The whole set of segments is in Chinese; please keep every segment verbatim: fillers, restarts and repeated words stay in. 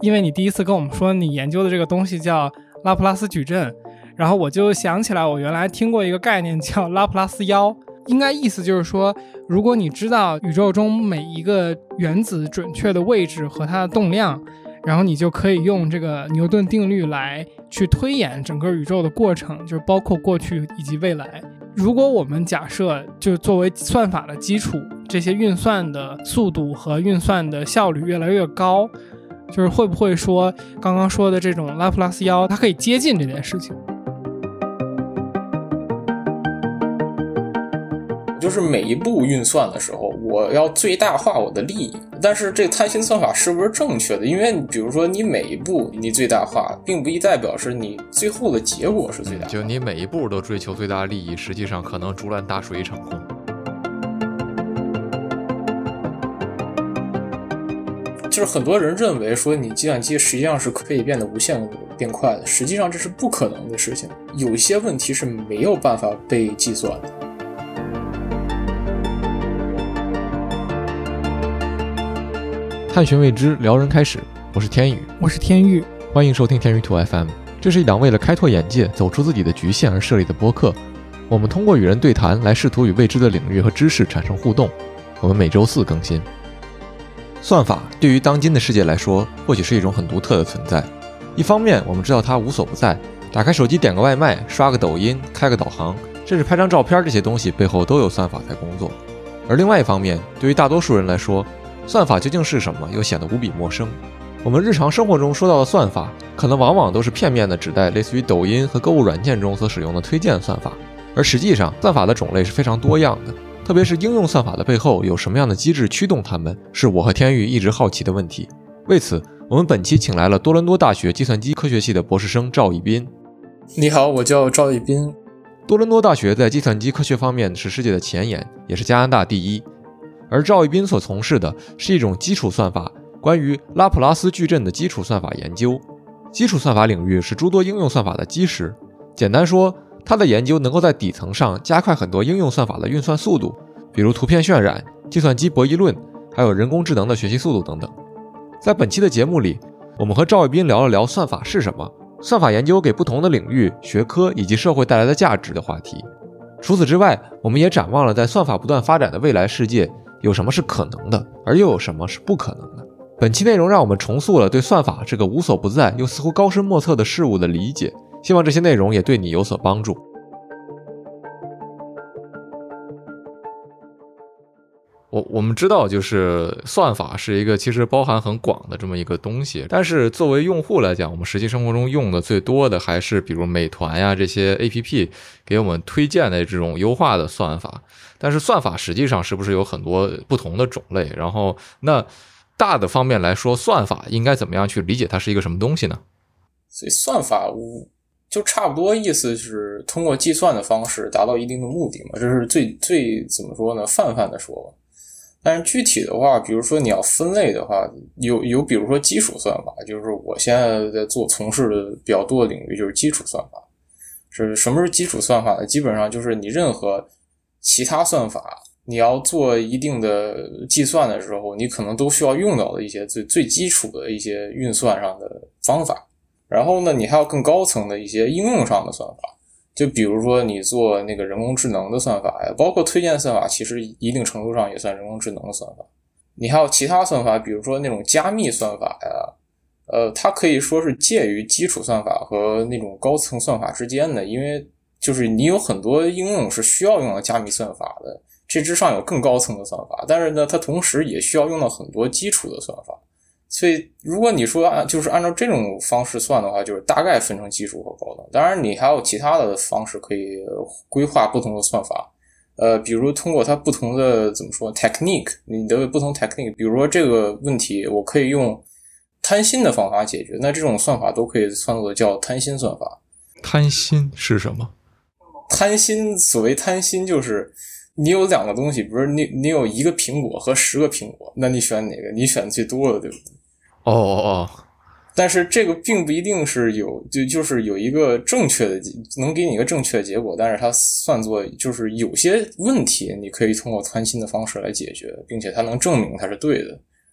因为你第一次跟我们说你研究的这个东西叫拉普拉斯矩阵，然后我就想起来我原来听过一个概念叫拉普拉斯妖，应该意思就是说，如果你知道宇宙中每一个原子准确的位置和它的动量，然后你就可以用这个牛顿定律来去推演整个宇宙的过程，就是包括过去以及未来。如果我们假设就作为算法的基础，这些运算的速度和运算的效率越来越高，就是会不会说刚刚说的这种拉普拉斯妖它可以接近这件事情？ 就是每一步运算的时候我要最大化我的利益，但是这贪心算法是不是正确的？因为比如说你每一步你最大化并不一代表是你最后的结果是最大化、嗯、 就你每一步都追求最大利益，实际上可能竹篮打水一场空。 就是很多人认为说你计算机实际上是可以变得无限变快的，实际上这是不可能的事情，有一些问题是没有办法被计算的。 探寻未知，撩人开始，我是天宇， 我是天宇， 欢迎收听天宇 two F M。 这是一档为了开拓眼界，走出自己的局限而设立的播客。我们通过与人对谈来试图与未知的领域和知识产生互动。我们每周四更新。算法对于当今的世界来说，或许是一种很独特的存在。一方面，我们知道它无所不在，打开手机点个外卖，刷个抖音，开个导航，甚至拍张照片，这些东西背后都有算法在工作。而另外一方面，对于大多数人来说，算法究竟是什么，又显得无比陌生。我们日常生活中说到的算法，可能往往都是片面的指代类似于抖音和购物软件中所使用的推荐算法，而实际上算法的种类是非常多样的，特别是应用算法的背后有什么样的机制驱动它们，是我和天宇一直好奇的问题。为此，我们本期请来了多伦多大学计算机科学系的博士生赵一斌。 你好，我叫赵一斌。 多伦多大学在计算机科学方面是世界的前沿，也是加拿大第一。而赵一斌所从事的是一种基础算法，关于拉普拉斯矩阵的基础算法研究。基础算法领域是诸多应用算法的基石，简单说，它的研究能够在底层上加快很多应用算法的运算速度，比如图片渲染、计算机博弈论，还有人工智能的学习速度等等。在本期的节目里，我们和赵一斌聊了聊算法是什么，算法研究给不同的领域、学科以及社会带来的价值的话题。除此之外，我们也展望了在算法不断发展的未来世界，有什么是可能的，而又有什么是不可能的。本期内容让我们重塑了对算法这个无所不在又似乎高深莫测的事物的理解，希望这些内容也对你有所帮助。我我们知道，就是算法是一个其实包含很广的这么一个东西，但是作为用户来讲，我们实际生活中用的最多的还是比如美团呀这些 A P P 给我们推荐的这种优化的算法。但是算法实际上是不是有很多不同的种类？然后那大的方面来说，算法应该怎么样去理解它是一个什么东西呢？ 所以算法就差不多意思是通过计算的方式达到一定的目的嘛，这是最最怎么说呢，泛泛的说法。但是具体的话，比如说你要分类的话，有有比如说基础算法，就是我现在在做从事的比较多的领域就是基础算法。是什么是基础算法呢？基本上就是你任何其他算法你要做一定的计算的时候，你可能都需要用到的一些最最基础的一些运算上的方法。然后呢，你还有更高层的一些应用上的算法，就比如说你做那个人工智能的算法呀，包括推荐算法，其实一定程度上也算人工智能的算法。你还有其他算法，比如说那种加密算法呀，呃，它可以说是介于基础算法和那种高层算法之间的，因为就是你有很多应用是需要用到加密算法的，这之上有更高层的算法，但是呢，它同时也需要用到很多基础的算法。所以如果你说按就是按照这种方式算的话，就是大概分成基础和高等。当然你还有其他的方式可以规划不同的算法，呃，比如通过它不同的怎么说 technique， 你的不同 technique， 比如说这个问题我可以用贪心的方法解决，那这种算法都可以算作叫贪心算法。 贪心是什么？ 贪心，所谓贪心就是你有两个东西，比如你你有一个苹果和十个苹果，那你选哪个？你选最多的，对不对？ 哦哦哦。 但是这个并不一定是有就就是有一个正确的能给你一个正确的结果，但是它算作就是有些问题你可以通过贪心的方式来解决，并且它能证明它是对的。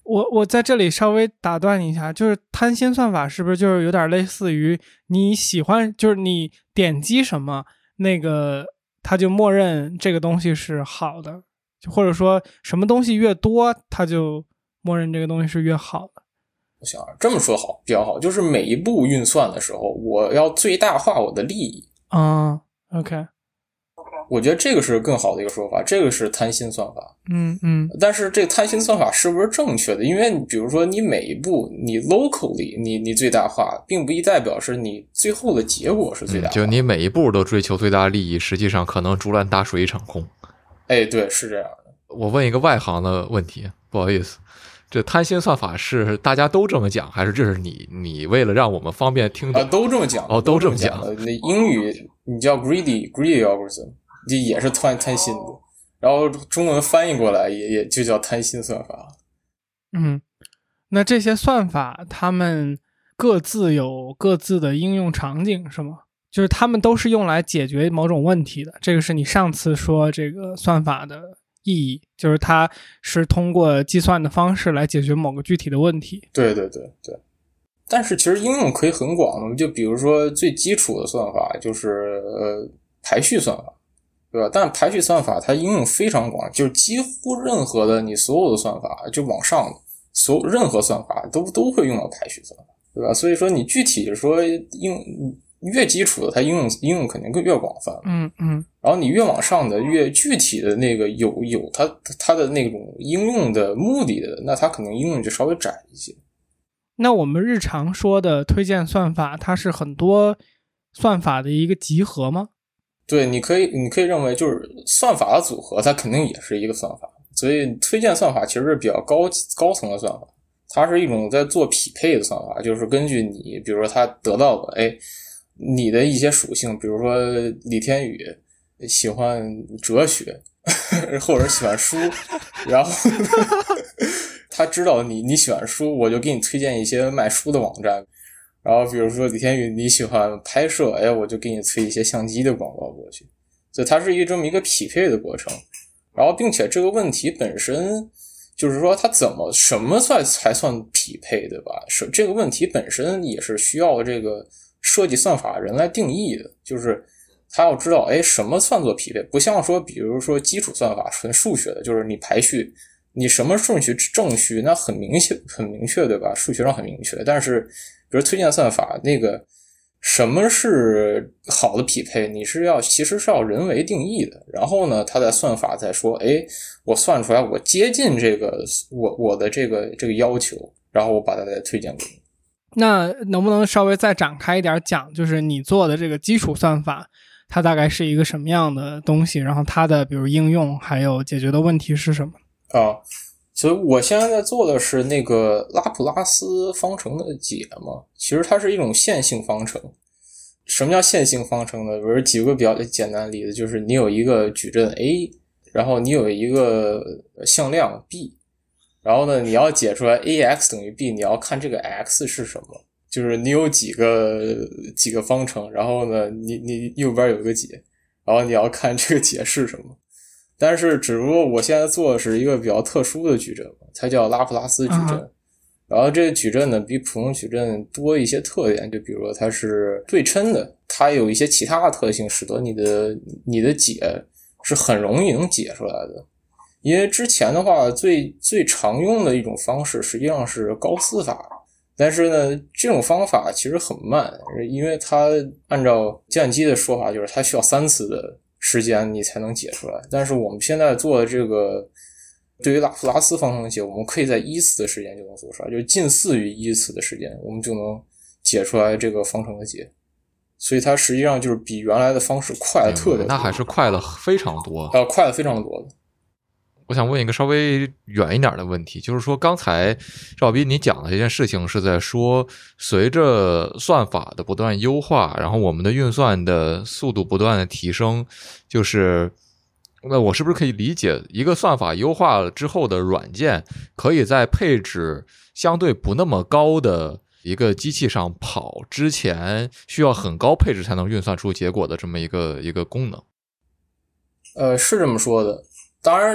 我我在这里稍微打断你一下，就是贪心算法是不是就是有点类似于你喜欢，就是你点击什么，那个它就默认这个东西是好的，或者说什么东西越多，它就默认这个东西是越好的。 我想这么说好比较好，就是每一步运算的时候，我要最大化我的利益。 啊、嗯、，OK。 我觉得这个是更好的一个说法，这个是贪心算法。 嗯嗯。 但是这个贪心算法是不是正确的？因为比如说你每一步你 locally 你你最大化，并不一代表是你最后的结果是最大化、嗯。 就你每一步都追求最大利益，实际上可能竹篮打水一场空。 哎，对，是这样的。 我问一个外行的问题，不好意思，这贪心算法是大家都这么讲，还是这是你你为了让我们方便听懂？ 啊，都这么讲。 哦，都这么讲。 那英语你叫 greedy greedy algorithm。这也是贪贪心的，然后中文翻译过来也也就叫贪心算法。 嗯，那这些算法他们各自有各自的应用场景是吗？就是他们都是用来解决某种问题的，这个是你上次说这个算法的意义，就是它是通过计算的方式来解决某个具体的问题。 对对对对。但是其实应用可以很广的，就比如说最基础的算法就是呃排序算法。对吧？但排序算法它应用非常广，就是几乎任何的你所有的算法，就往上的所有任何算法都都会用到排序算法，对吧？所以说你具体说应越基础的，它应用应用肯定更越广泛。 嗯嗯。 然后你越往上的越具体的那个有有它它的那种应用的目的的，那它可能应用就稍微窄一些。 那我们日常说的推荐算法，它是很多算法的一个集合吗？ 对，你可以你可以认为就是算法的组合，它肯定也是一个算法。所以推荐算法其实是比较高高层的算法，它是一种在做匹配的算法，就是根据你比如说它得到的哎你的一些属性，比如说李天宇喜欢哲学或者喜欢书，然后他知道你你喜欢书，我就给你推荐一些卖书的网站。然后比如说李天宇你喜欢拍摄，哎，我就给你推一些相机的广告过去。所以它是一这么一个匹配的过程。然后并且这个问题本身就是说它怎么什么算才算匹配，对吧？是这个问题本身也是需要这个设计算法人来定义的，就是他要知道哎什么算作匹配，不像说比如说基础算法纯数学的，就是你排序你什么顺序正序那很明显很明确，对吧？数学上很明确。但是比如推荐算法那个什么是好的匹配，你是要其实是要人为定义的。然后呢他在算法再说哎我算出来我接近这个我我的这个这个要求，然后我把它再推荐给你。 那能不能稍微再展开一点讲，就是你做的这个基础算法它大概是一个什么样的东西，然后它的比如应用还有解决的问题是什么啊？所以我现在在做的是那个拉普拉斯方程的解嘛，其实它是一种线性方程。什么叫线性方程呢？比如举个比较简单的例子，就是你有一个矩阵 A， 然后你有一个向量 B， 然后呢你要解出来 ax 等于 b， 你要看这个 x 是什么，就是你有几个几个方程，然后呢你你右边有一个解，然后你要看这个解是什么。但是只不过我现在做的是一个比较特殊的矩阵，它叫拉普拉斯矩阵。嗯，然后这个矩阵呢比普通矩阵多一些特点，就比如说它是对称的，它有一些其他的特性使得你的你的解是很容易能解出来的。因为之前的话最最常用的一种方式实际上是高斯法，但是呢这种方法其实很慢，因为它按照计算机的说法就是它需要三次的时间你才能解出来。但是我们现在做的这个对于拉普拉斯方程的解，我们可以在一次的时间就能做出来，就是近似于一次的时间我们就能解出来这个方程的解。所以它实际上就是比原来的方式快了特别多。 那还是快了非常多。 呃，快了非常多的。 我想问一个稍微远一点的问题，就是说刚才赵斌你讲的这件事情是在说随着算法的不断优化，然后我们的运算的速度不断的提升，就是那我是不是可以理解一个算法优化了之后的软件可以在配置相对不那么高的一个机器上跑之前需要很高配置才能运算出结果的这么一个一个功能？ 呃，是这么说的。当然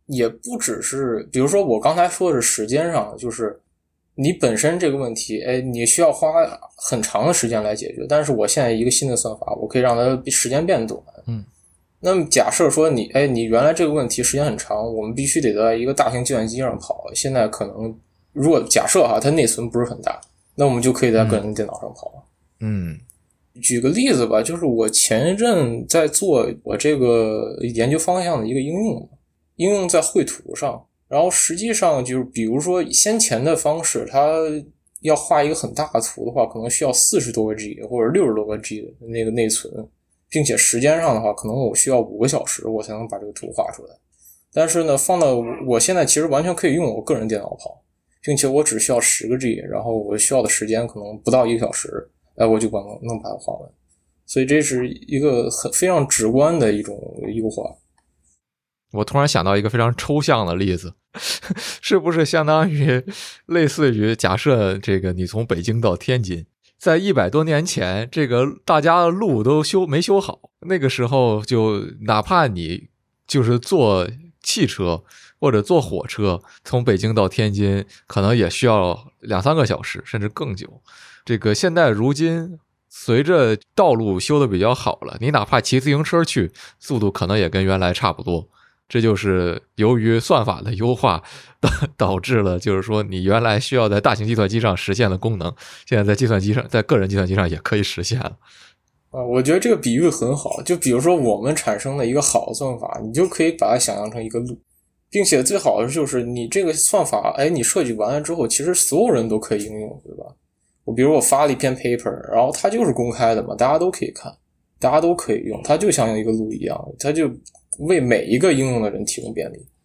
也不只是，比如说我刚才说的是时间上的，就是你本身这个问题，哎，你需要花很长的时间来解决，但是我现在一个新的算法，我可以让它时间变短。 嗯， 那么假设说你，哎，你原来这个问题时间很长，我们必须得在一个大型计算机上跑，现在可能如果假设哈，它内存不是很大，那我们就可以在个人电脑上跑。 嗯， 举个例子吧，就是我前一阵在做我这个研究方向的一个应用，应用在绘图上。然后实际上就是比如说先前的方式，它要画一个很大的图的话，可能需要四十多个 G 或者六十多个 G 的那个内存，并且时间上的话，可能我需要五个小时我才能把这个图画出来。但是呢，放到我现在其实完全可以用我个人电脑跑，并且我只需要十个 G， 然后我需要的时间可能不到一个小时，哎，我就能能把它画完。所以这是一个很非常直观的一种优化。 我突然想到一个非常抽象的例子，是不是相当于类似于假设这个你从北京到天津，在一百多年前，这个大家的路都修没修好，那个时候就哪怕你就是坐汽车或者坐火车从北京到天津，可能也需要两三个小时甚至更久。这个现在如今随着道路修得比较好了，你哪怕骑自行车去，速度可能也跟原来差不多。这就是由于算法的优化导致了，就是说你原来需要在大型计算机上实现的功能，现在在计算机上，在个人计算机上也可以实现了。 啊，我觉得这个比喻很好。就比如说我们产生的一个好的算法，你就可以把它想象成一个路，并且最好的就是你这个算法，哎，你设计完了之后，其实所有人都可以应用，对吧？我比如我发了一篇 paper， 然后它就是公开的嘛，大家都可以看，大家都可以用，它就像一个路一样，它就为每一个应用的人提供便利。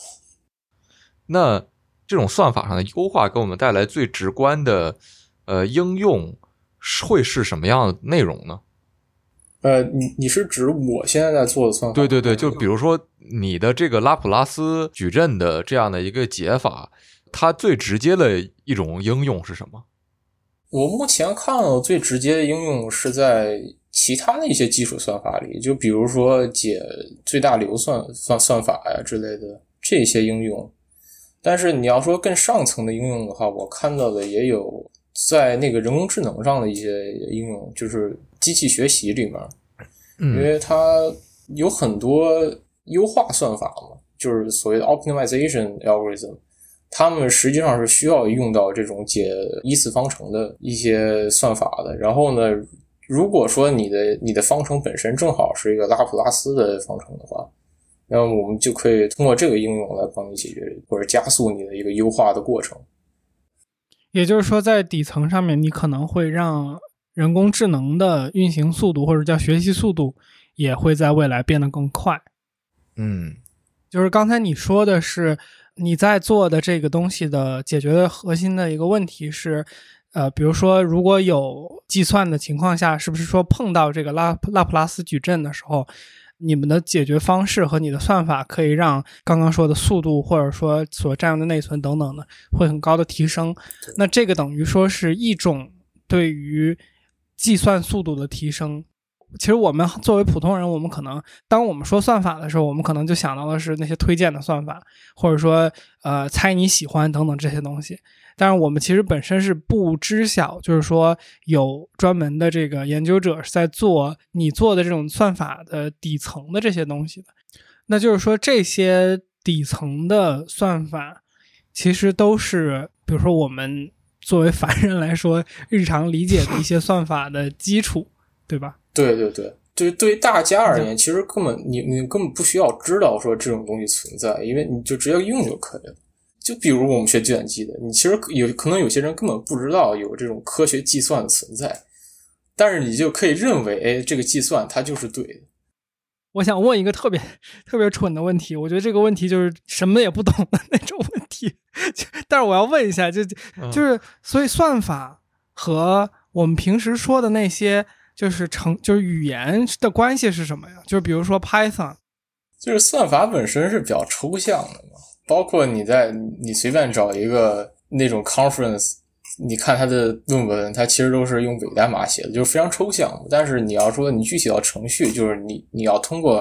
那这种算法上的优化给我们带来最直观的呃应用会是什么样的内容呢？ 呃，你你是指我现在在做的算法？ 对对对，就比如说你的这个拉普拉斯矩阵的这样的一个解法，它最直接的一种应用是什么？ 我目前看到最直接的应用是在其他的一些基础算法里，就比如说解最大流算算算法呀之类的这些应用。但是你要说更上层的应用的话，我看到的也有在那个人工智能上的一些应用，就是机器学习里面，因为它有很多优化算法嘛，就是所谓的 optimization algorithm， 它们实际上是需要用到这种解一次方程的一些算法的。然后呢，如果说你的你的方程本身正好是一个拉普拉斯的方程的话，那么我们就可以通过这个应用来帮你解决或者加速你的一个优化的过程。 也就是说，在底层上面，你可能会让人工智能的运行速度或者叫学习速度也会在未来变得更快。 嗯， 就是刚才你说的是你在做的这个东西的解决的核心的一个问题是呃，比如说如果有计算的情况下，是不是说碰到这个拉拉普拉斯矩阵的时候，你们的解决方式和你的算法可以让刚刚说的速度或者说所占用的内存等等的会很高的提升。那这个等于说是一种对于计算速度的提升。其实我们作为普通人，我们可能当我们说算法的时候，我们可能就想到的是那些推荐的算法，或者说呃猜你喜欢等等这些东西。但是我们其实本身是不知晓，就是说有专门的这个研究者是在做你做的这种算法的底层的这些东西的。那就是说这些底层的算法其实都是比如说我们作为凡人来说日常理解的一些算法的基础，对吧？ 对对对，对对于大家而言，其实根本你你根本不需要知道说这种东西存在，因为你就直接用就可以了。就比如我们学计算机的，你其实有可能有些人根本不知道有这种科学计算的存在，但是你就可以认为，哎，这个计算它就是对的。 我想问一个特别特别蠢的问题，我觉得这个问题就是什么也不懂的那种问题，但是我要问一下，就就是所以算法和我们平时说的那些就是成就是语言的关系是什么呀？就是比如说 Python， 就是算法本身是比较抽象的嘛，包括你在你随便找一个那种 conference， 你看它的论文，它其实都是用伪代码写的，就是非常抽象。但是你要说你具体到程序，就是你你要通过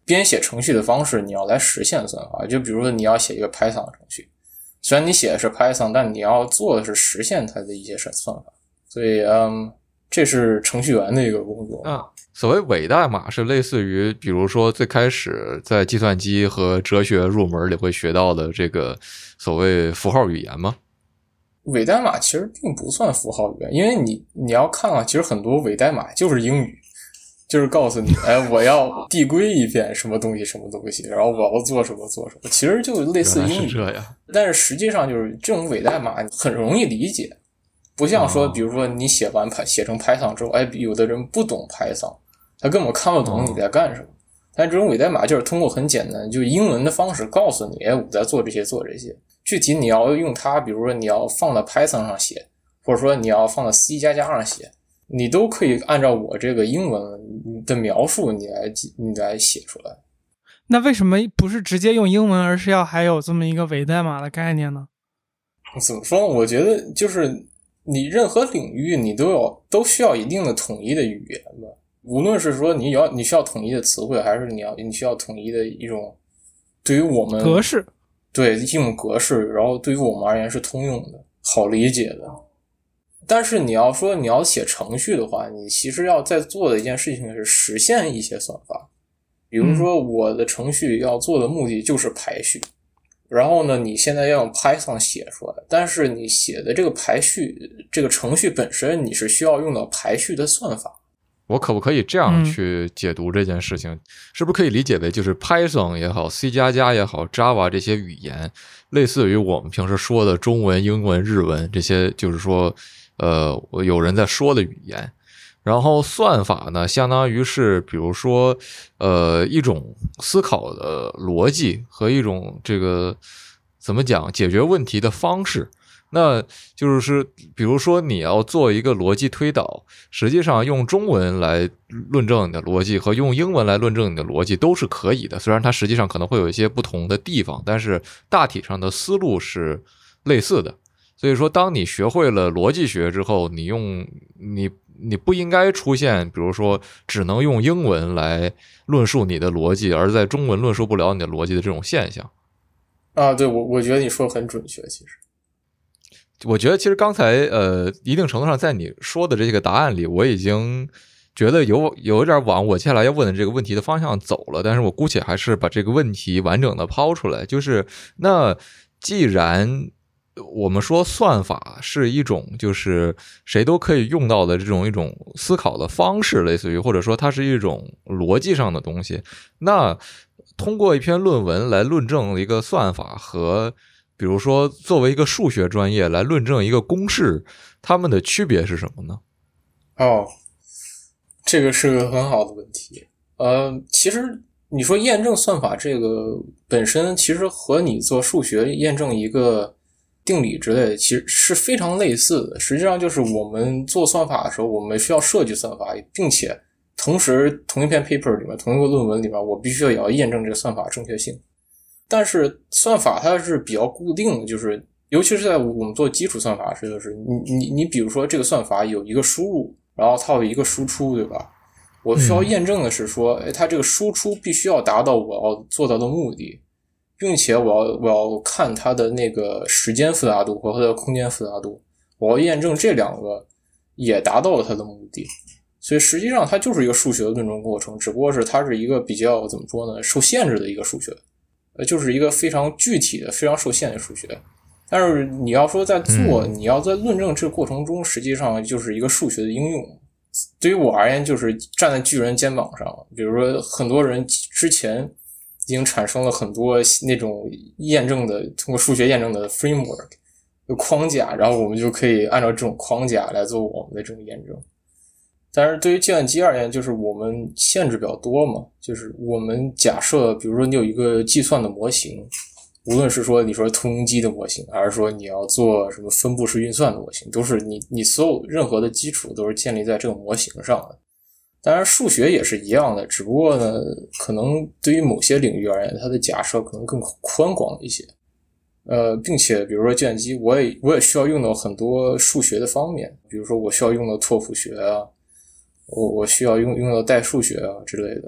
编写程序的方式你要来实现算法。就比如说你要写一个 Python 的程序，虽然你写的是 Python， 但你要做的是实现它的一些算法。所以嗯，这是程序员的一个工作。 啊，所谓伪代码是类似于比如说最开始在计算机和哲学入门里会学到的这个所谓符号语言吗？ 伪代码其实并不算符号语言，因为你你要看啊，其实很多伪代码就是英语，就是告诉你，哎，我要递归一遍什么东西什么东西，然后我要做什么做什么，其实就类似英语。 这样， 但是实际上就是这种伪代码很容易理解，不像说，比如说你写完写成 Python 之后，哎，有的人不懂 Python， 他根本看不懂你在干什么。但这种伪代码就是通过很简单，就英文的方式告诉你，哎，我在做这些做这些。具体你要用它，比如说你要放到 Python 上写，或者说你要放到 C 加加上写，你都可以按照我这个英文的描述你来你来写出来。 那为什么不是直接用英文，而是要还有这么一个伪代码的概念呢？ 怎么说？我觉得就是你任何领域你都有都需要一定的统一的语言吧。无论是说你要你需要统一的词汇，还是你要你需要统一的一种对于我们格式。 对，一种格式，然后对于我们而言是通用的，好理解的。但是你要说你要写程序的话，你其实要在做的一件事情是实现一些算法。比如说我的程序要做的目的就是排序，嗯、然后呢，你现在要用 Python 写出来，但是你写的这个排序这个程序本身你是需要用到排序的算法。 我可不可以这样去解读这件事情？嗯、是不是可以理解为就是 Python 也好 C 加加也好 Java 这些语言类似于我们平时说的中文英文日文这些，就是说呃有人在说的语言，然后算法呢相当于是比如说呃一种思考的逻辑和一种这个怎么讲解决问题的方式。那就是比如说你要做一个逻辑推导，实际上用中文来论证你的逻辑和用英文来论证你的逻辑都是可以的，虽然它实际上可能会有一些不同的地方，但是大体上的思路是类似的。所以说当你学会了逻辑学之后，你用你你不应该出现比如说只能用英文来论述你的逻辑，而在中文论述不了你的逻辑的这种现象。 啊，对，我我觉得你说的很准确。其实我觉得其实刚才呃一定程度上在你说的这个答案里，我已经觉得有有点往我接下来要问的这个问题的方向走了，但是我姑且还是把这个问题完整的抛出来。就是那既然我们说算法是一种就是谁都可以用到的这种一种思考的方式，类似于或者说它是一种逻辑上的东西，那通过一篇论文来论证一个算法和比如说作为一个数学专业来论证一个公式，它们的区别是什么呢？ 哦，这个是个很好的问题。呃，其实你说验证算法这个本身其实和你做数学验证一个定理之类的其实是非常类似的。实际上就是我们做算法的时候，我们需要设计算法，并且同时同一篇 paper 里面同一个论文里面我必须要也要验证这个算法正确性。但是算法它是比较固定的，就是尤其是在我们做基础算法时，就是你你你比如说这个算法有一个输入，然后它有一个输出，对吧？我需要验证的是说，哎，它这个输出必须要达到我要做到的目的，并且我要我要看它的那个时间复杂度和它的空间复杂度，我要验证这两个也达到了它的目的。所以实际上它就是一个数学的论证过程，只不过是它是一个比较怎么说呢，受限制的一个数学。呃，就是一个非常具体的非常受限的数学。但是你要说在做、嗯、你要在论证这个过程中实际上就是一个数学的应用。对于我而言就是站在巨人肩膀上，比如说很多人之前已经产生了很多那种验证的通过数学验证的 framework 的框架，然后我们就可以按照这种框架来做我们的这种验证。但是对于计算机而言，就是我们限制比较多嘛，就是我们假设比如说你有一个计算的模型，无论是说你说通用机的模型，还是说你要做什么分布式运算的模型，都是你你所有任何的基础都是建立在这个模型上的。当然数学也是一样的，只不过呢可能对于某些领域而言它的假设可能更宽广一些。呃，并且比如说计算机我也我也需要用到很多数学的方面，比如说我需要用到拓扑学啊，我我需要用用到代数学啊之类的。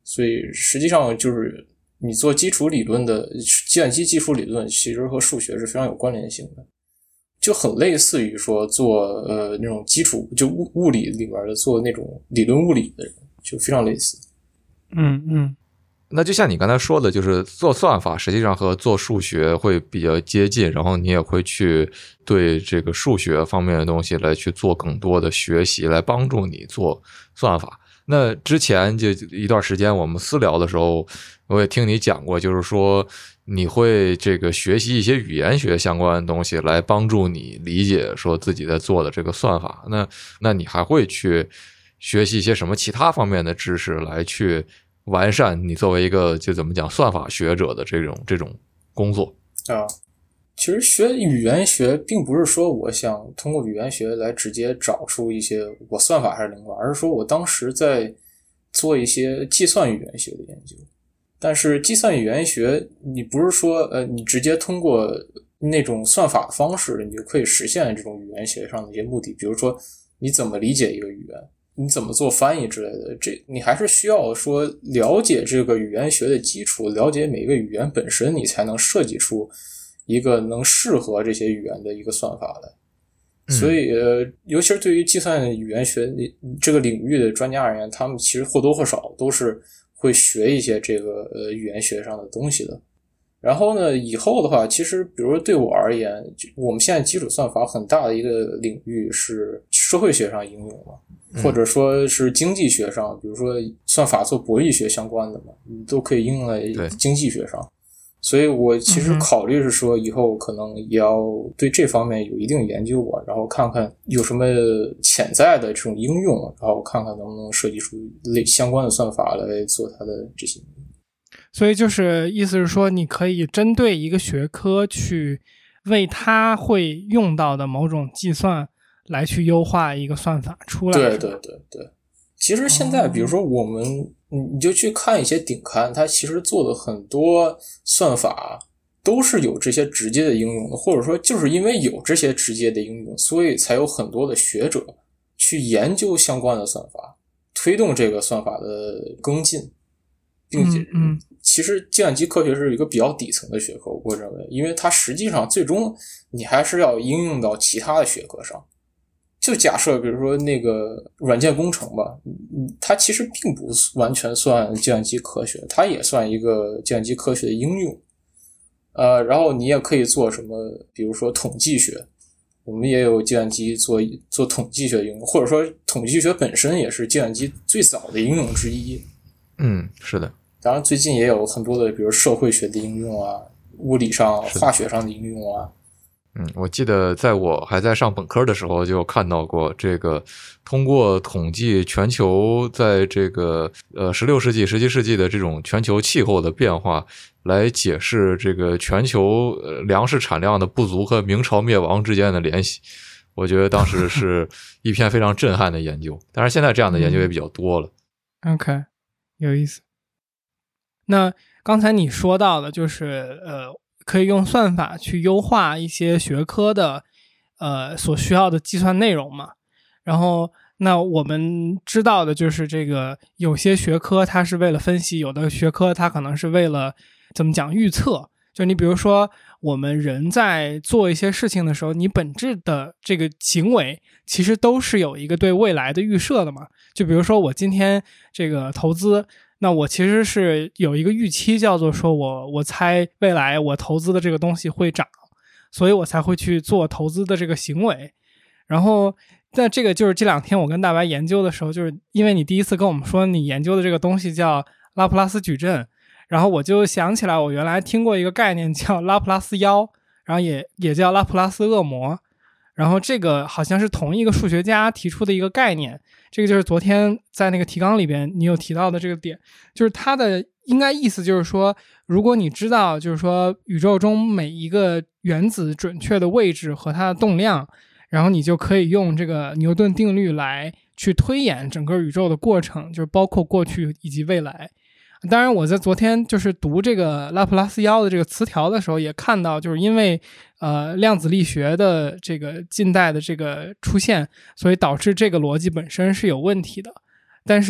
所以实际上就是你做基础理论的计算机基础理论，其实和数学是非常有关联性的，就很类似于说做呃那种基础就物物理里面的做那种理论物理的人，就非常类似。 嗯嗯。 那就像你刚才说的，就是做算法实际上和做数学会比较接近，然后你也会去对这个数学方面的东西来去做更多的学习，来帮助你做算法。那之前就一段时间我们私聊的时候，我也听你讲过，就是说你会这个学习一些语言学相关的东西来帮助你理解说自己在做的这个算法。那那你还会去学习一些什么其他方面的知识来去完善你作为一个就怎么讲算法学者的这种这种工作啊？其实学语言学并不是说我想通过语言学来直接找出一些我算法还是灵法，而是说我当时在做一些计算语言学的研究。但是计算语言学你不是说呃你直接通过那种算法的方式你就可以实现这种语言学上的一些目的，比如说你怎么理解一个语言，你怎么做翻译之类的，这你还是需要说了解这个语言学的基础，了解每个语言本身，你才能设计出一个能适合这些语言的一个算法来。 嗯、 所以呃，尤其是对于计算语言学这个领域的专家而言，他们其实或多或少都是会学一些这个呃语言学上的东西的。然后呢，以后的话，其实比如说对我而言，我们现在基础算法很大的一个领域是社会学上应用嘛。或者说是经济学上，比如说算法做博弈学相关的嘛，你都可以应用在经济学上。所以我其实考虑是说以后可能也要对这方面有一定研究吧，然后看看有什么潜在的这种应用，然后看看能不能设计出类相关的算法来做它的这些。 所以就是意思是说你可以针对一个学科去为它会用到的某种计算来去优化一个算法出来。 对对对对，其实现在比如说我们、哦、你就去看一些顶刊，它其实做的很多算法都是有这些直接的应用的，或者说就是因为有这些直接的应用，所以才有很多的学者去研究相关的算法，推动这个算法的更进，并且嗯嗯其实计算机科学是一个比较底层的学科，我认为，因为它实际上最终你还是要应用到其他的学科上。就假设比如说那个软件工程吧，它其实并不完全算计算机科学，它也算一个计算机科学的应用。呃，然后你也可以做什么，比如说统计学，我们也有计算机做做统计学的应用，或者说统计学本身也是计算机最早的应用之一。 嗯，是的。 当然最近也有很多的比如社会学的应用啊，物理上化学上的应用啊。 嗯，我记得在我还在上本科的时候就看到过这个，通过统计全球在这个呃十六世纪、十七世纪的这种全球气候的变化，来解释这个全球呃粮食产量的不足和明朝灭亡之间的联系。我觉得当时是一篇非常震撼的研究，当然现在这样的研究也比较多了。 嗯、OK， 有意思。那刚才你说到的就是呃。可以用算法去优化一些学科的呃所需要的计算内容嘛。然后那我们知道的就是这个有些学科它是为了分析，有的学科它可能是为了怎么讲预测。就你比如说我们人在做一些事情的时候，你本质的这个行为其实都是有一个对未来的预设的嘛。就比如说我今天这个投资，那我其实是有一个预期，叫做说我我猜未来我投资的这个东西会涨，所以我才会去做投资的这个行为。然后那这个就是这两天我跟大白研究的时候，就是因为你第一次跟我们说你研究的这个东西叫拉普拉斯矩阵，然后我就想起来我原来听过一个概念叫拉普拉斯妖，然后也也叫拉普拉斯恶魔，然后这个好像是同一个数学家提出的一个概念。这个就是昨天在那个提纲里边你有提到的这个点，就是它的应该意思就是说，如果你知道就是说宇宙中每一个原子准确的位置和它的动量，然后你就可以用这个牛顿定律来去推演整个宇宙的过程，就是包括过去以及未来。当然我在昨天就是读这个拉普拉斯妖的这个词条的时候也看到，就是因为呃量子力学的这个近代的这个出现，所以导致这个逻辑本身是有问题的。但是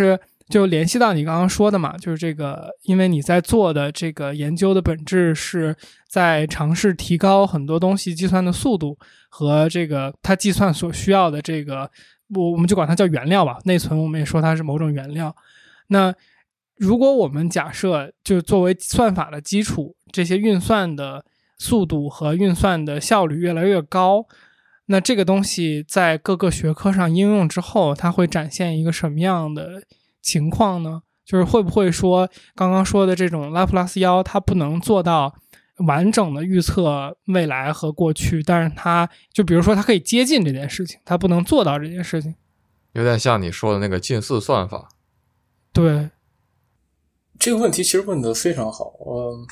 就联系到你刚刚说的嘛，就是这个，因为你在做的这个研究的本质是在尝试提高很多东西计算的速度和这个它计算所需要的这个，我我们就管它叫原料吧，内存我们也说它是某种原料。那如果我们假设就作为算法的基础，这些运算的速度和运算的效率越来越高，那这个东西在各个学科上应用之后，它会展现一个什么样的情况呢？就是会不会说刚刚说的这种拉普拉斯妖它不能做到完整的预测未来和过去，但是它就比如说它可以接近这件事情，它不能做到这件事情， 有点像你说的那个近似算法。 对， 这个问题其实问得非常好。嗯，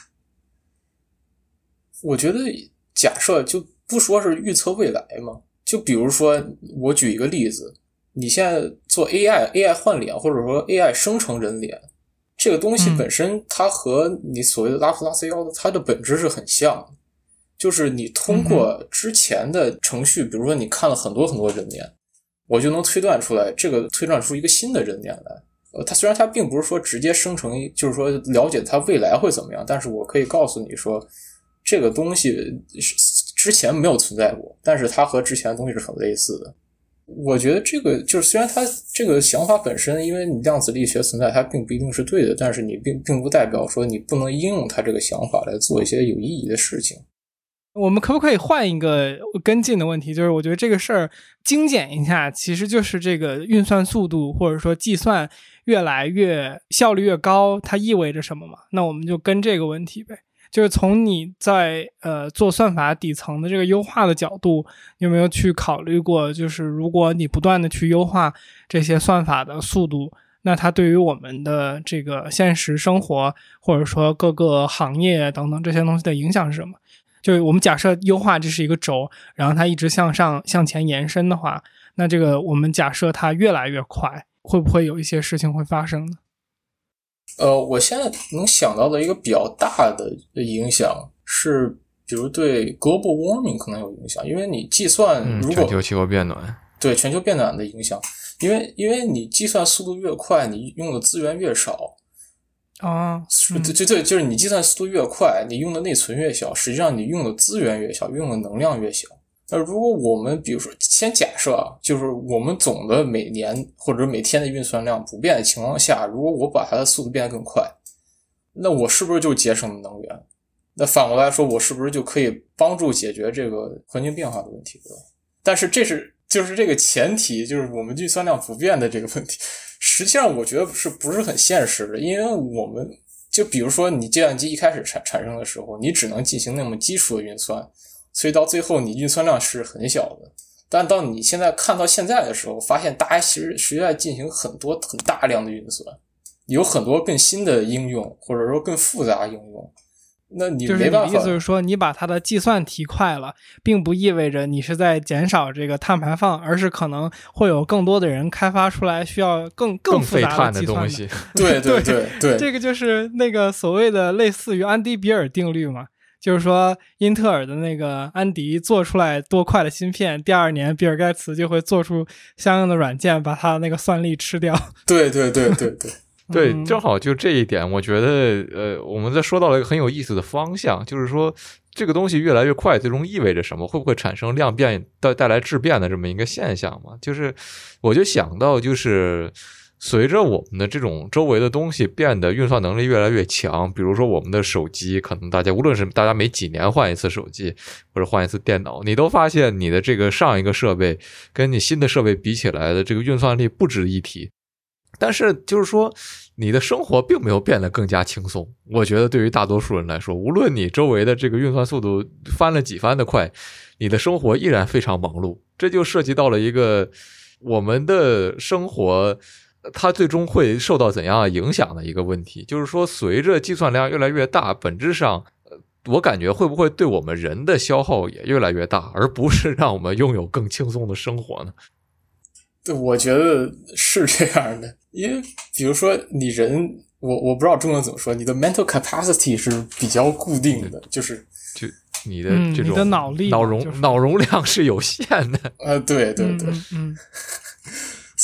我觉得假设就不说是预测未来嘛，就比如说我举一个例子，你现在做 A I A I 换脸，或者说 A I 生成人脸，这个东西本身它和你所谓的拉普拉斯妖的它的本质是很像的，就是你通过之前的程序，比如说你看了很多很多人脸，我就能推断出来，这个推断出一个新的人脸来。呃，它虽然它并不是说直接生成，就是说了解它未来会怎么样，但是我可以告诉你说，这个东西之前没有存在过，但是它和之前的东西是很类似的。我觉得这个就是虽然它这个想法本身，因为你量子力学存在，它并不一定是对的，但是你并并不代表说你不能应用它这个想法来做一些有意义的事情。 我们可不可以换一个跟进的问题，就是我觉得这个事儿精简一下，其实就是这个运算速度或者说计算越来越效率越高，它意味着什么嘛？那我们就跟这个问题呗，就是从你在呃做算法底层的这个优化的角度，你有没有去考虑过，就是如果你不断的去优化这些算法的速度，那它对于我们的这个现实生活或者说各个行业等等这些东西的影响是什么？就是我们假设优化这是一个轴，然后它一直向上向前延伸的话，那这个我们假设它越来越快，会不会有一些事情会发生呢？ 呃，我现在能想到的一个比较大的影响是，比如对 global warming 可能有影响，因为你计算如果、嗯、 全球气候变暖， 对全球变暖的影响，因为因为你计算速度越快，你用的资源越少。 啊、 嗯，对对，就是你计算速度越快，你用的内存越小，实际上你用的资源越小，用的能量越小。那如果我们比如说先假设啊，就是我们总的每年或者每天的运算量不变的情况下，如果我把它的速度变得更快，那我是不是就节省了能源？那反过来说，我是不是就可以帮助解决这个环境变化的问题，对吧？但是这是就是这个前提，就是我们运算量不变的这个问题。实际上我觉得是不是很现实的，因为我们就比如说你计算机一开始产产生的时候，你只能进行那么基础的运算，所以到最后你运算量是很小的。但当你现在看到现在的时候，发现大家其实实在进行很多很大量的运算，有很多更新的应用，或者说更复杂的应用。那你没办法， 就是你的意思是说，你把它的计算提快了，并不意味着你是在减少这个碳排放，而是可能会有更多的人开发出来需要更更复杂的计算的东西。 对对对对， 这个就是那个所谓的类似于安迪比尔定律嘛，就是说英特尔的那个安迪做出来多快的芯片，第二年比尔盖茨就会做出相应的软件，把它那个算力吃掉。 对对对对对。 对，正好就这一点，我觉得，呃，我们在说到了一个很有意思的方向，就是说，这个东西越来越快，最终意味着什么？会不会产生量变带带来质变的这么一个现象嘛？就是，我就想到，就是随着我们的这种周围的东西变得运算能力越来越强，比如说我们的手机，可能大家无论是大家每几年换一次手机，或者换一次电脑，你都发现你的这个上一个设备跟你新的设备比起来的这个运算力不值一提。但是就是说你的生活并没有变得更加轻松，我觉得对于大多数人来说，无论你周围的这个运算速度翻了几番的快，你的生活依然非常忙碌。这就涉及到了一个我们的生活它最终会受到怎样影响的一个问题，就是说随着计算量越来越大，本质上我感觉会不会对我们人的消耗也越来越大，而不是让我们拥有更轻松的生活呢？ 对，我觉得是这样的，因为比如说你人，我我不知道中文怎么说，你的 mental capacity 是比较固定的，就是就你的这种、 嗯、你的脑力脑容、就是、脑容量是有限的。 呃，对对对， 嗯嗯，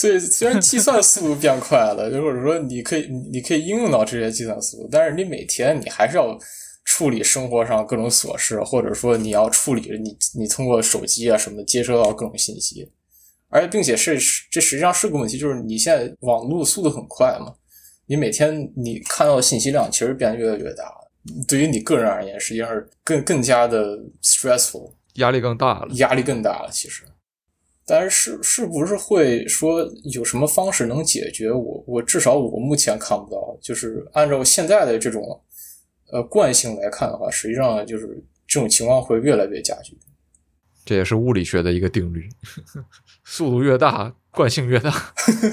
所以虽然计算速度变快了，或者说你可以你可以应用到这些计算速度，但是你每天你还是要处理生活上各种琐事，或者说你要处理你你通过手机啊什么的接收到各种信息，而且并且是这实际上是个问题，就是你现在网络速度很快嘛，你每天你看到的信息量其实变得越来越大，对于你个人而言实际上是更更加的 stressful， 压力更大了， 压力更大了其实。但是是是不是会说有什么方式能解决？我我至少我目前看不到，就是按照现在的这种呃惯性来看的话，实际上就是这种情况会越来越加剧。 这也是物理学的一个定律，速度越大，惯性越大。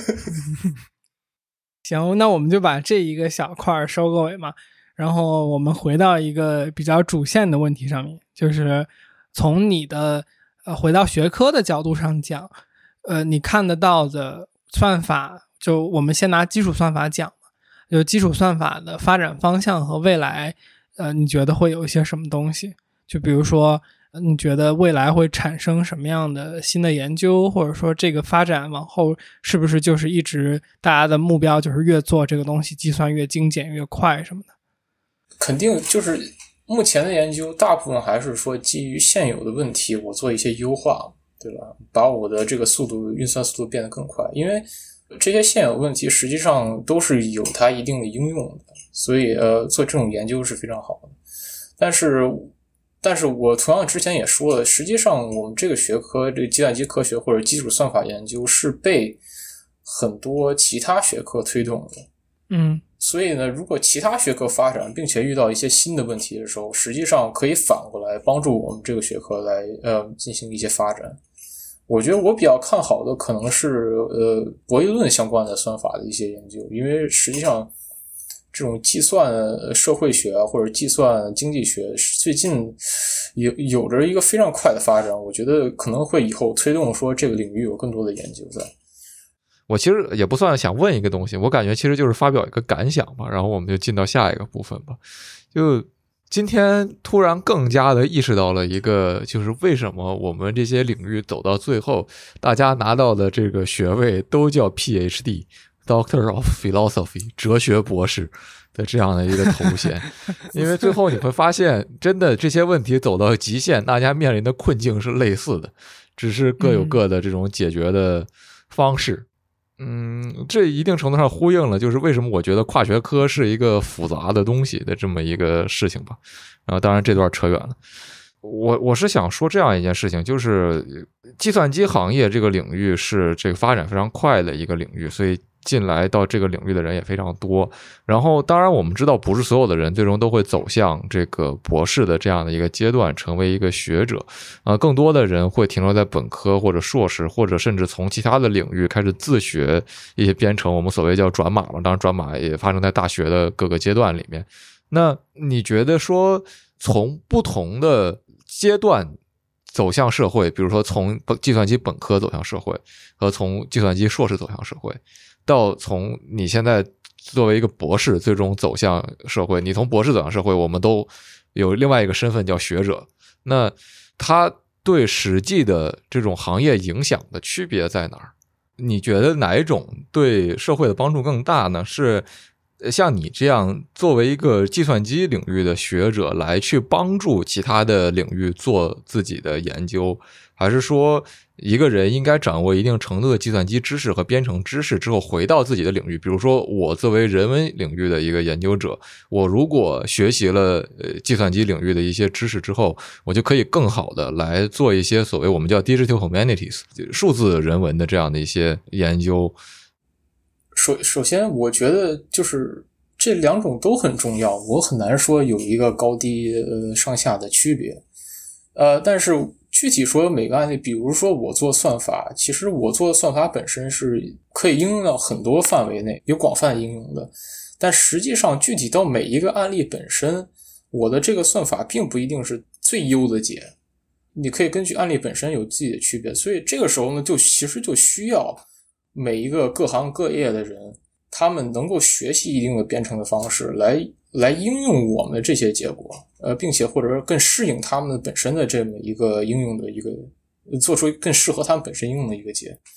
行，那我们就把这一个小块收个尾嘛，然后我们回到一个比较主线的问题上面，就是从你的呃回到学科的角度上讲，呃，你看得到的算法，就我们先拿基础算法讲嘛，就基础算法的发展方向和未来，呃，你觉得会有一些什么东西？就比如说，你觉得未来会产生什么样的新的研究，或者说这个发展往后是不是就是一直大家的目标就是越做这个东西计算越精简越快什么的？ 肯定就是目前的研究大部分还是说基于现有的问题我做一些优化，对吧？把我的这个速度运算速度变得更快，因为这些现有问题实际上都是有它一定的应用的，所以呃做这种研究是非常好的。但是但是我同样之前也说了，实际上我们这个学科这个计算机科学或者基础算法研究是被很多其他学科推动的。 嗯， 所以呢，如果其他学科发展并且遇到一些新的问题的时候，实际上可以反过来帮助我们这个学科来呃进行一些发展。我觉得我比较看好的可能是呃博弈论相关的算法的一些研究，因为实际上这种计算社会学或者计算经济学最近有有着一个非常快的发展，我觉得可能会以后推动说这个领域有更多的研究在。 我其实也不算想问一个东西，我感觉其实就是发表一个感想吧，然后我们就进到下一个部分吧。就今天突然更加的意识到了一个，就是为什么我们这些领域走到最后，大家拿到的这个学位都叫 P H D Doctor of Philosophy 哲学博士的这样的一个头衔。因为最后你会发现，真的这些问题走到极限，大家面临的困境是类似的，只是各有各的这种解决的方式。嗯，这一定程度上呼应了就是为什么我觉得跨学科是一个复杂的东西的这么一个事情吧。然后当然这段扯远了，我我是想说这样一件事情，就是计算机行业这个领域是这个发展非常快的一个领域，所以进来到这个领域的人也非常多。然后当然我们知道不是所有的人最终都会走向这个博士的这样的一个阶段，成为一个学者，呃，更多的人会停留在本科或者硕士，或者甚至从其他的领域开始自学一些编程，我们所谓叫转码嘛，当然转码也发生在大学的各个阶段里面。那你觉得说从不同的阶段走向社会，比如说从计算机本科走向社会和从计算机硕士走向社会，到从你现在作为一个博士最终走向社会，你从博士走向社会，我们都有另外一个身份叫学者，那它对实际的这种行业影响的区别在哪儿？你觉得哪一种对社会的帮助更大呢？是像你这样作为一个计算机领域的学者来去帮助其他的领域做自己的研究，还是说一个人应该掌握一定程度的计算机知识和编程知识之后回到自己的领域？比如说我作为人文领域的一个研究者，我如果学习了呃计算机领域的一些知识之后，我就可以更好的来做一些所谓我们叫 digital humanities 数字人文的这样的一些研究。 首首先我觉得就是这两种都很重要，我很难说有一个高低呃上下的区别。呃但是具体说每个案例，比如说我做算法，其实我做的算法本身是可以应用到很多范围内，有广泛应用的，但实际上具体到每一个案例本身，我的这个算法并不一定是最优的解，你可以根据案例本身有自己的区别。所以这个时候呢，就其实就需要每一个各行各业的人，他们能够学习一定的编程的方式来来应用我们的这些结果，呃，并且或者说更适应他们的本身的这么一个应用的一个，做出更适合他们本身应用的一个结。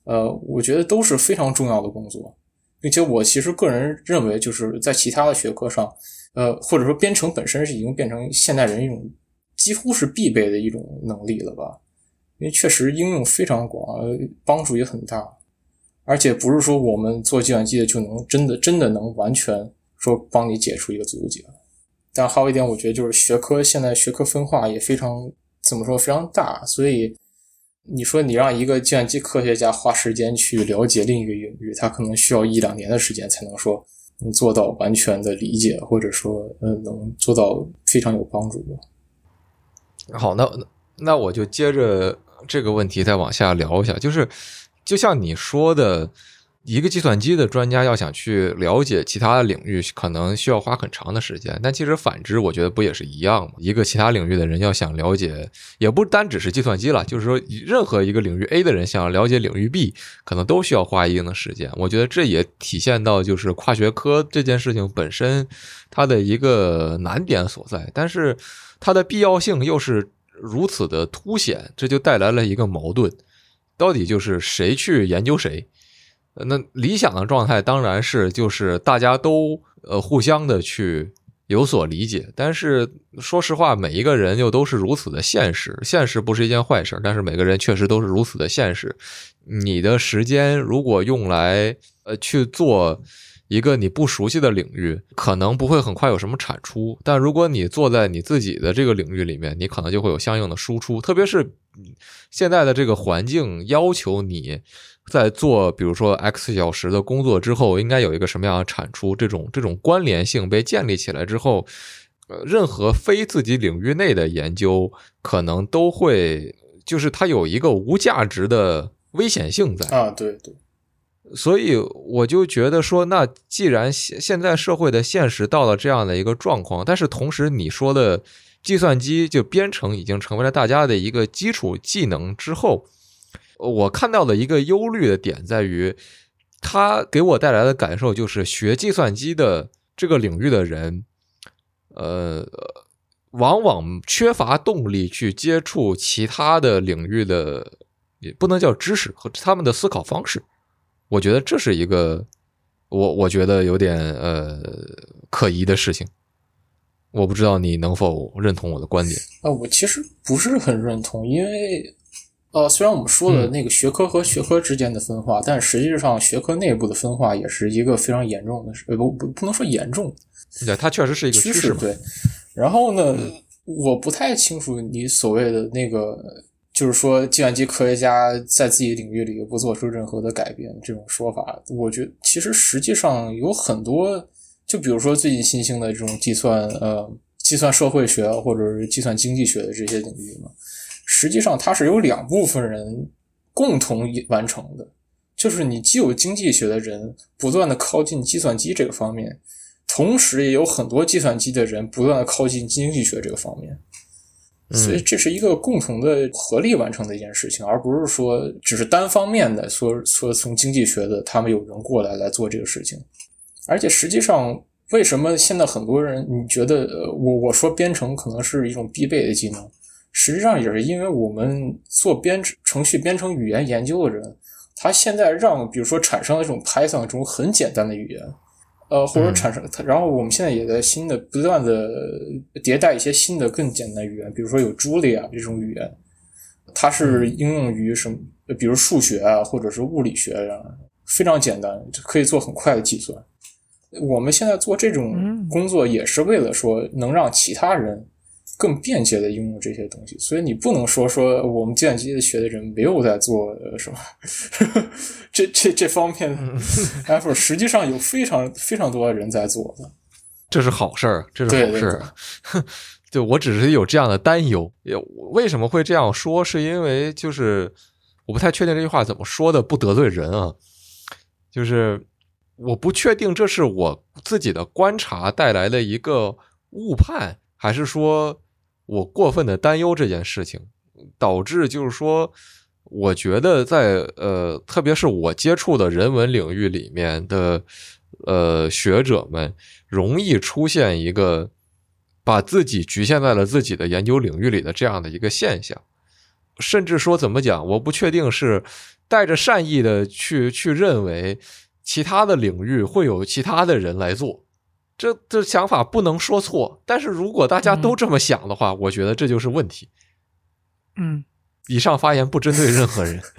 呃，我觉得都是非常重要的工作，并且我其实个人认为，就是在其他的学科上，呃，或者说编程本身是已经变成现代人一种几乎是必备的一种能力了吧，因为确实应用非常广，帮助也很大，而且不是说我们做计算机的就能真的真的能完全说帮你解出一个最优解。但还有一点，我觉得就是学科现在学科分化也非常怎么说非常大，所以你说你让一个计算机科学家花时间去了解另一个领域，他可能需要一两年的时间才能说能做到完全的理解，或者说呃能做到非常有帮助的。 好，那那我就接着这个问题再往下聊一下，就是就像你说的，一个计算机的专家要想去了解其他的领域，可能需要花很长的时间。但其实反之，我觉得不也是一样吗？一个其他领域的人要想了解，也不单只是计算机了，就是说任何一个领域 A 的人想了解领域 B， 可能都需要花一定的时间。我觉得这也体现到就是跨学科这件事情本身它的一个难点所在，但是它的必要性又是如此的凸显，这就带来了一个矛盾，到底就是谁去研究谁。那理想的状态当然是就是大家都呃互相的去有所理解，但是说实话每一个人又都是如此的现实，现实不是一件坏事，但是每个人确实都是如此的现实。你的时间如果用来呃去做一个你不熟悉的领域，可能不会很快有什么产出，但如果你坐在你自己的这个领域里面，你可能就会有相应的输出，特别是现在的这个环境要求你在做比如说 X 小时的工作之后应该有一个什么样的产出，这种这种关联性被建立起来之后，呃，任何非自己领域内的研究可能都会就是它有一个无价值的危险性在啊，对对。 所以我就觉得说，那既然现在社会的现实到了这样的一个状况，但是同时你说的计算机就编程已经成为了大家的一个基础技能之后，我看到的一个忧虑的点在于，它给我带来的感受就是学计算机的这个领域的人，呃，往往缺乏动力去接触其他的领域的，也不能叫知识和他们的思考方式。我觉得这是一个我我觉得有点呃可疑的事情，我不知道你能否认同我的观点。 啊，我其实不是很认同，因为呃，虽然我们说了那个学科和学科之间的分化，嗯、但实际上学科内部的分化也是一个非常严重的事，呃，不不不能说严重， 对，它确实是一个趋势嘛。 对，然后呢，嗯、我不太清楚你所谓的那个。就是说计算机科学家在自己领域里不做出任何的改变这种说法，我觉得其实实际上有很多，就比如说最近新兴的这种计算呃计算社会学或者是计算经济学的这些领域嘛，实际上它是有两部分人共同完成的，就是你既有经济学的人不断的靠近计算机这个方面，同时也有很多计算机的人不断的靠近经济学这个方面。所以这是一个共同的合力完成的一件事情，而不是说只是单方面的说说从经济学的他们有人过来来做这个事情。而且实际上为什么现在很多人你觉得呃我我说编程可能是一种必备的技能，实际上也是因为我们做编程序编程语言研究的人，他现在让比如说产生了这种 Python 这种很简单的语言，呃，或者产生，然后我们现在也在新的不断的迭代一些新的更简单的语言，比如说有 Julia 这种语言，它是应用于什么，比如数学啊，或者是物理学啊，非常简单，可以做很快的计算。我们现在做这种工作也是为了说能让其他人更便捷的应用这些东西，所以你不能说说我们计算机学的人没有在做呃什么这这这方面的 effort， 实际上有非常非常多的人在做的， 这是好事儿，这是好事儿。对，我只是有这样的担忧。为什么会这样说？是因为就是我不太确定这句话怎么说的不得罪人啊，就是我不确定这是我自己的观察带来的一个误判，还是说我过分的担忧这件事情，导致就是说我觉得在呃，特别是我接触的人文领域里面的呃学者们，容易出现一个把自己局限在了自己的研究领域里的这样的一个现象。 甚至说怎么讲，我不确定是带着善意的去去认为其他的领域会有其他的人来做，这这想法不能说错，但是如果大家都这么想的话，嗯、我觉得这就是问题。 嗯， 以上发言不针对任何人。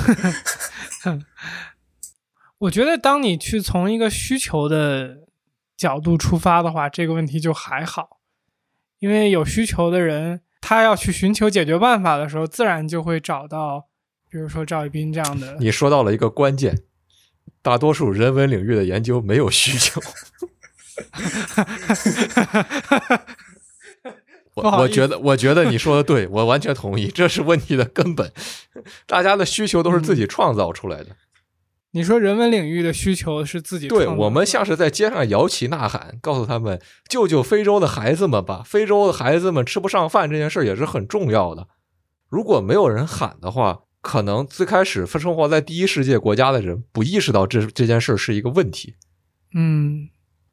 我觉得当你去从一个需求的角度出发的话，这个问题就还好，因为有需求的人他要去寻求解决办法的时候，自然就会找到比如说赵一斌这样的。 你说到了一个关键，大多数人文领域的研究没有需求。我我觉得我觉得你说的对，我完全同意，这是问题的根本。大家的需求都是自己创造出来的。嗯， 你说人文领域的需求是自己创造的， 对，我们像是在街上摇旗呐喊，告诉他们救救非洲的孩子们吧，非洲的孩子们吃不上饭这件事也是很重要的。如果没有人喊的话，可能最开始生活在第一世界国家的人不意识到这这件事是一个问题。 嗯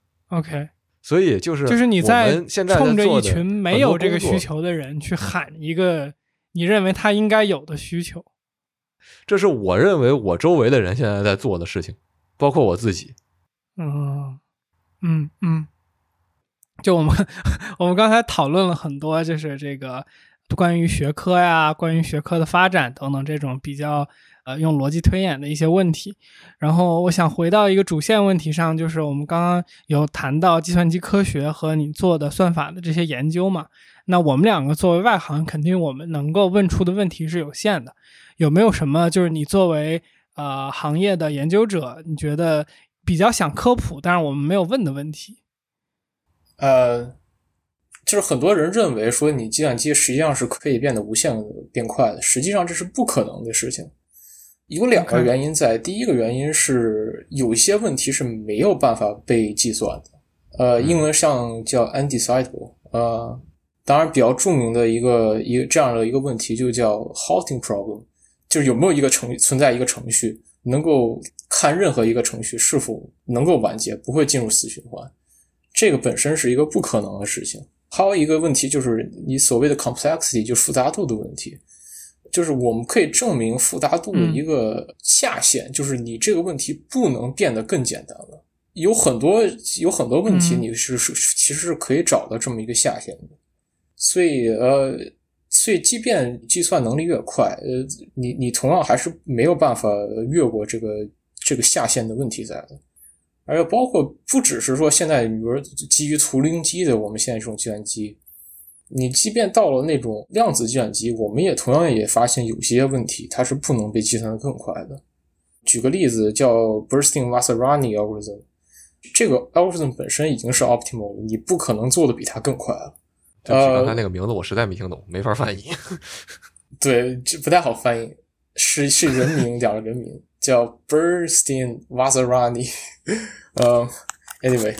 OK， 所以就是就是你在冲着一群没没有这个需求的人去喊一个你认为他应该有的需求， 这是我认为我周围的人现在在做的事情，包括我自己。 嗯嗯嗯，就我们我们刚才讨论了很多，就是这个关于学科呀，关于学科的发展等等这种比较呃用逻辑推演的一些问题。然后我想回到一个主线问题上，就是我们刚刚有谈到计算机科学和你做的算法的这些研究嘛。那我们两个作为外行，肯定我们能够问出的问题是有限的。有没有什么就是你作为呃行业的研究者，你觉得比较想科普，但是我们没有问的问题？ 呃，就是很多人认为说你计算机实际上是可以变得无限变快的，实际上这是不可能的事情。有两个原因在， okay. 第一个原因是有一些问题是没有办法被计算的，呃，英文上叫 undecidable， 呃，当然比较著名的一个一个这样的一个问题就叫 halting problem， 就是有没有一个程存在一个程序能够看任何一个程序是否能够完结，不会进入死循环，这个本身是一个不可能的事情。还有一个问题就是你所谓的 complexity， 就复杂度的问题，就是我们可以证明复杂度的一个下限，嗯、就是你这个问题不能变得更简单了。有很多有很多问题你是、嗯、其实是可以找到这么一个下限的。所以呃，所以即便计算能力越快，呃，你你同样还是没有办法越过这个这个下限的问题在的。而且包括不只是说现在比如基于图灵机的我们现在这种计算机，你即便到了那种量子计算机，我们也同样也发现有些问题它是不能被计算得更快的。举个例子叫 Bernstein-Maserani algorithm， 这个 algorithm 本身已经是 optimal 了，你不可能做得比它更快了。 对不起，刚才那个名字我实在没听懂，没法翻译。 对，这不太好翻译，是是人名，两个人名叫 Bernstein-Maserani。呃、uh, ，anyway，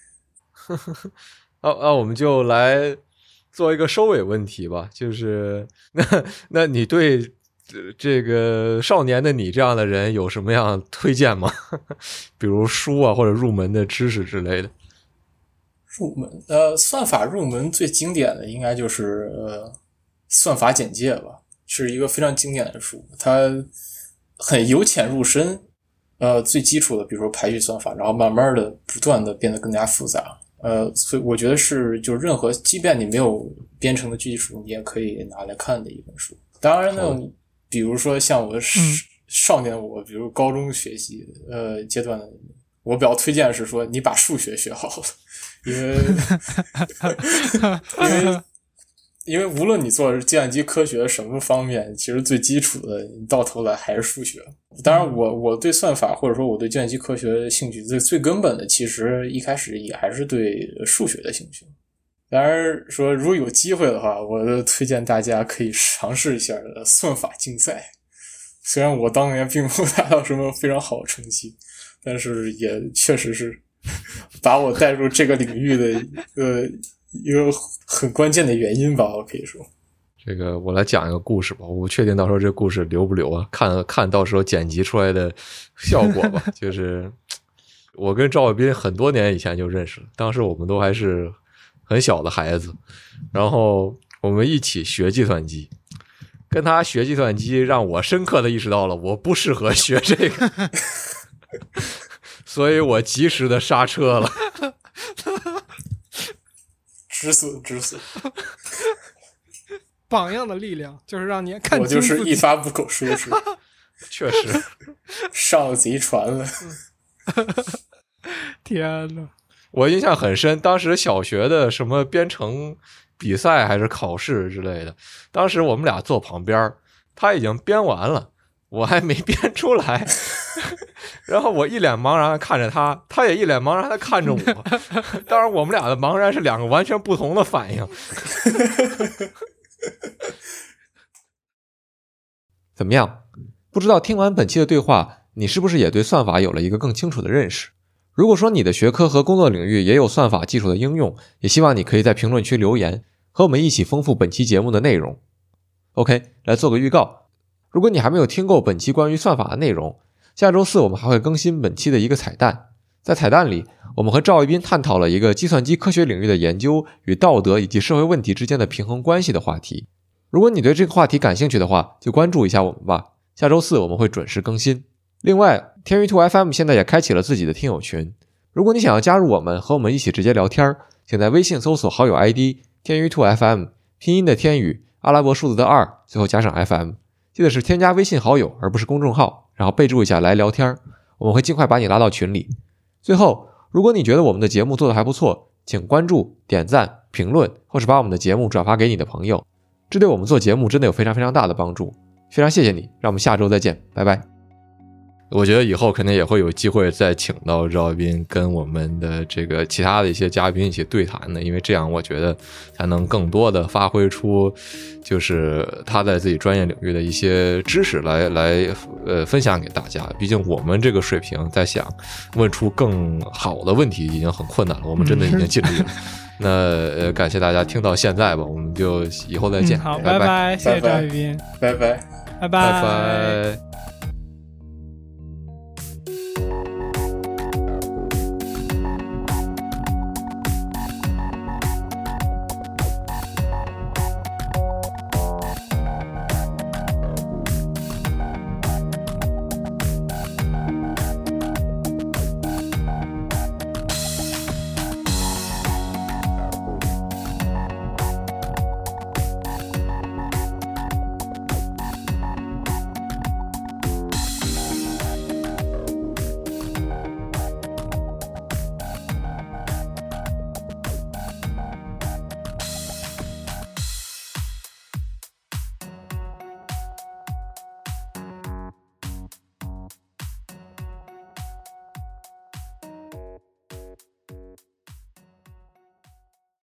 那那我们就来做一个收尾问题吧，就是那那你对这个少年的你这样的人有什么样推荐吗？比如书啊，或者入门的知识之类的。 入门，呃，算法入门最经典的应该就是呃，算法简介吧，是一个非常经典的书，它很由浅入深。呃，最基础的，比如说排序算法，然后慢慢的、不断的变得更加复杂。呃，所以我觉得是，就任何，即便你没有编程的基础，你也可以拿来看的一本书。当然呢，比如说像我少年我，比如高中学习呃阶段的，我比较推荐是说，你把数学学好了，因为因为。因为无论你做计算机科学什么方面，其实最基础的你到头来还是数学。当然我我对算法或者说我对计算机科学兴趣最最根本的其实一开始也还是对数学的兴趣。当然说如果有机会的话，我就推荐大家可以尝试一下算法竞赛。虽然我当年并没有达到什么非常好的成绩，但是也确实是把我带入这个领域的一个一个很关键的原因吧，我可以说。 这个我来讲一个故事吧，我不确定到时候这个故事留不留啊，看看到时候剪辑出来的效果吧。就是我跟赵伟斌很多年以前就认识了，当时我们都还是很小的孩子，然后我们一起学计算机， 跟他学计算机，让我深刻的意识到了我不适合学这个，所以我及时的刹车了。 止损止损， 榜样的力量就是让你看清我就是一发不可收拾。 确实上了贼船了。 天哪， 我印象很深，当时小学的什么编程比赛还是考试之类的，当时我们俩坐旁边，他已经编完了，我还没编出来。然后我一脸茫然的看着他，他也一脸茫然的看着我。当然我们俩的茫然是两个完全不同的反应。怎么样？不知道听完本期的对话，你是不是也对算法有了一个更清楚的认识？如果说你的学科和工作领域也有算法技术的应用，也希望你可以在评论区留言，和我们一起丰富本期节目的内容。OK， 来做个预告。如果你还没有听够本期关于算法的内容，下周四我们还会更新本期的一个彩蛋。在彩蛋里，我们和赵一斌探讨了一个计算机科学领域的研究与道德以及社会问题之间的平衡关系的话题。如果你对这个话题感兴趣的话，就关注一下我们吧。下周四我们会准时更新。另外，天娱兔 F M 现在也开启了自己的听友群。如果你想要加入我们，和我们一起直接聊天，请在微信搜索好友 I D 天娱兔 F M， 拼音的天宇，阿拉伯数字的二，最后加上 F M。记得是添加微信好友，而不是公众号，然后备注一下来聊天，我们会尽快把你拉到群里。最后，如果你觉得我们的节目做得还不错，请关注、点赞、评论，或是把我们的节目转发给你的朋友，这对我们做节目真的有非常非常大的帮助。非常谢谢你，让我们下周再见，拜拜。我觉得以后肯定也会有机会再请到赵一斌跟我们的这个其他的一些嘉宾一起对谈的，因为这样我觉得才能更多的发挥出就是他在自己专业领域的一些知识来来呃分享给大家。毕竟我们这个水平在想问出更好的问题已经很困难了，我们真的已经尽力了。那呃感谢大家听到现在吧，我们就以后再见。 嗯、好， 拜拜拜，谢谢赵一斌， 拜拜， 拜拜。 拜拜。